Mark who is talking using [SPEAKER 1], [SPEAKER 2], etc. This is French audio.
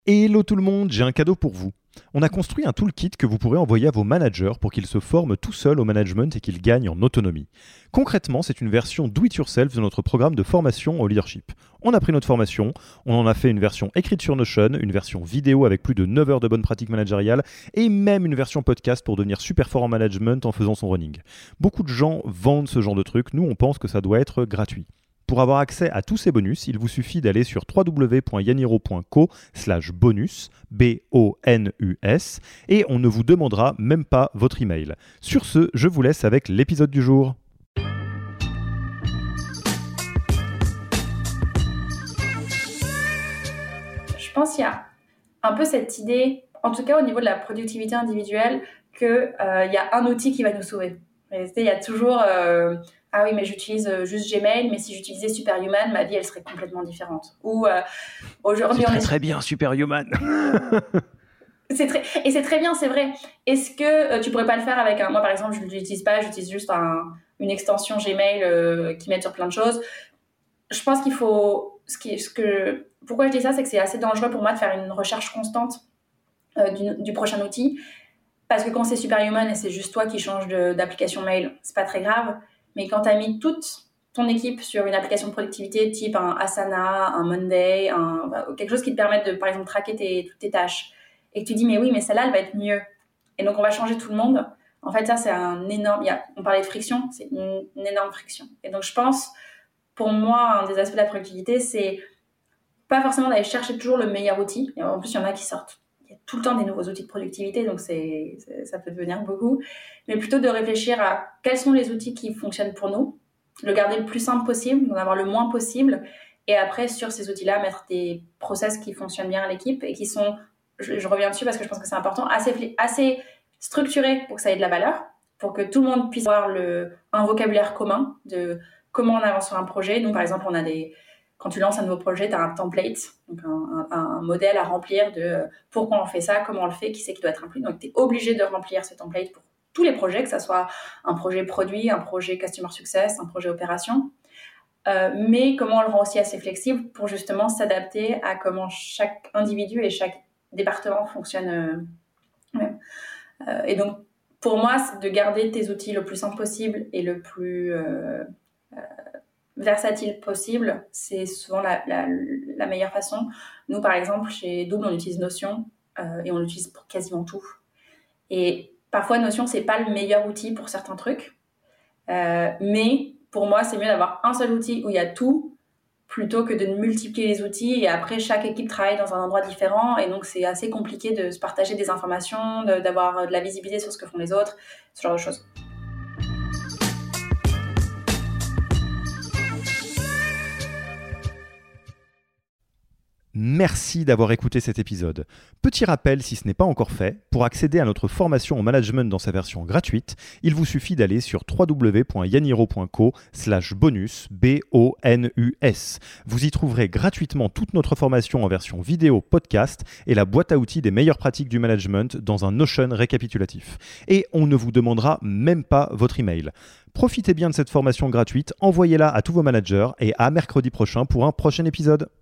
[SPEAKER 1] Hello tout le monde, j'ai un cadeau pour vous. On a construit un toolkit que vous pourrez envoyer à vos managers pour qu'ils se forment tout seuls au management et qu'ils gagnent en autonomie. Concrètement, c'est une version do-it-yourself de notre programme de formation au leadership. On a pris notre formation, on en a fait une version écrite sur Notion, une version vidéo avec plus de 9 heures de bonnes pratiques managériales et même une version podcast pour devenir super fort en management en faisant son running. Beaucoup de gens vendent ce genre de truc, nous on pense que ça doit être gratuit. Pour avoir accès à tous ces bonus, il vous suffit d'aller sur www.yaniro.co/bonus, B-O-N-U-S, et on ne vous demandera même pas votre email. Sur ce, je vous laisse avec l'épisode du jour.
[SPEAKER 2] Je pense qu'il y a un peu cette idée, en tout cas au niveau de la productivité individuelle, qu'il y a un outil qui va nous sauver. Il y a toujours... ah oui, mais j'utilise juste Gmail, mais si j'utilisais Superhuman, ma vie, elle serait complètement différente. Ou aujourd'hui,
[SPEAKER 1] c'est très bien, Superhuman.
[SPEAKER 2] c'est très bien, c'est vrai. Est-ce que tu pourrais pas le faire avec un... Moi, par exemple, je ne l'utilise pas, j'utilise juste une extension Gmail qui m'aide sur plein de choses. Je pense qu'il faut... Pourquoi je dis ça, c'est que c'est assez dangereux pour moi de faire une recherche constante du prochain outil. Parce que quand c'est Superhuman et c'est juste toi qui changes d'application mail, c'est pas très grave. Mais quand tu as mis toute ton équipe sur une application de productivité type un Asana, un Monday, quelque chose qui te permette de, par exemple, traquer toutes tes tâches, et que tu dis, mais oui, mais celle-là, elle va être mieux. Et donc, on va changer tout le monde. En fait, ça, c'est un énorme... On parlait de friction, c'est une énorme friction. Et donc, je pense, pour moi, un des aspects de la productivité, c'est pas forcément d'aller chercher toujours le meilleur outil. Et en plus, il y en a qui sortent. Il y a tout le temps des nouveaux outils de productivité, donc ça peut devenir beaucoup. Mais plutôt de réfléchir à quels sont les outils qui fonctionnent pour nous, le garder le plus simple possible, d'en avoir le moins possible, et après, sur ces outils-là, mettre des process qui fonctionnent bien à l'équipe et qui sont, je reviens dessus parce que je pense que c'est important, assez structurés pour que ça ait de la valeur, pour que tout le monde puisse avoir un vocabulaire commun de comment on avance sur un projet. Nous, par exemple, quand tu lances un nouveau projet, tu as un template, donc un modèle à remplir de pourquoi on fait ça, comment on le fait, qui c'est qui doit être inclus. Donc, tu es obligé de remplir ce template pour tous les projets, que ce soit un projet produit, un projet customer success, un projet opération. Mais comment on le rend aussi assez flexible pour justement s'adapter à comment chaque individu et chaque département fonctionne. Et donc, pour moi, c'est de garder tes outils le plus simple possible et le plus... versatile possible, c'est souvent la meilleure façon. Nous, par exemple, chez Double, on utilise Notion et on l'utilise pour quasiment tout. Et parfois, Notion, c'est pas le meilleur outil pour certains trucs. Mais pour moi, c'est mieux d'avoir un seul outil où il y a tout plutôt que de multiplier les outils et après, chaque équipe travaille dans un endroit différent et donc, c'est assez compliqué de se partager des informations, d'avoir de la visibilité sur ce que font les autres, ce genre de choses.
[SPEAKER 1] Merci d'avoir écouté cet épisode. Petit rappel, si ce n'est pas encore fait, pour accéder à notre formation au management dans sa version gratuite, il vous suffit d'aller sur www.yaniro.co/bonus, B-O-N-U-S. Vous y trouverez gratuitement toute notre formation en version vidéo, podcast et la boîte à outils des meilleures pratiques du management dans un Notion récapitulatif. Et on ne vous demandera même pas votre email. Profitez bien de cette formation gratuite, envoyez-la à tous vos managers et à mercredi prochain pour un prochain épisode.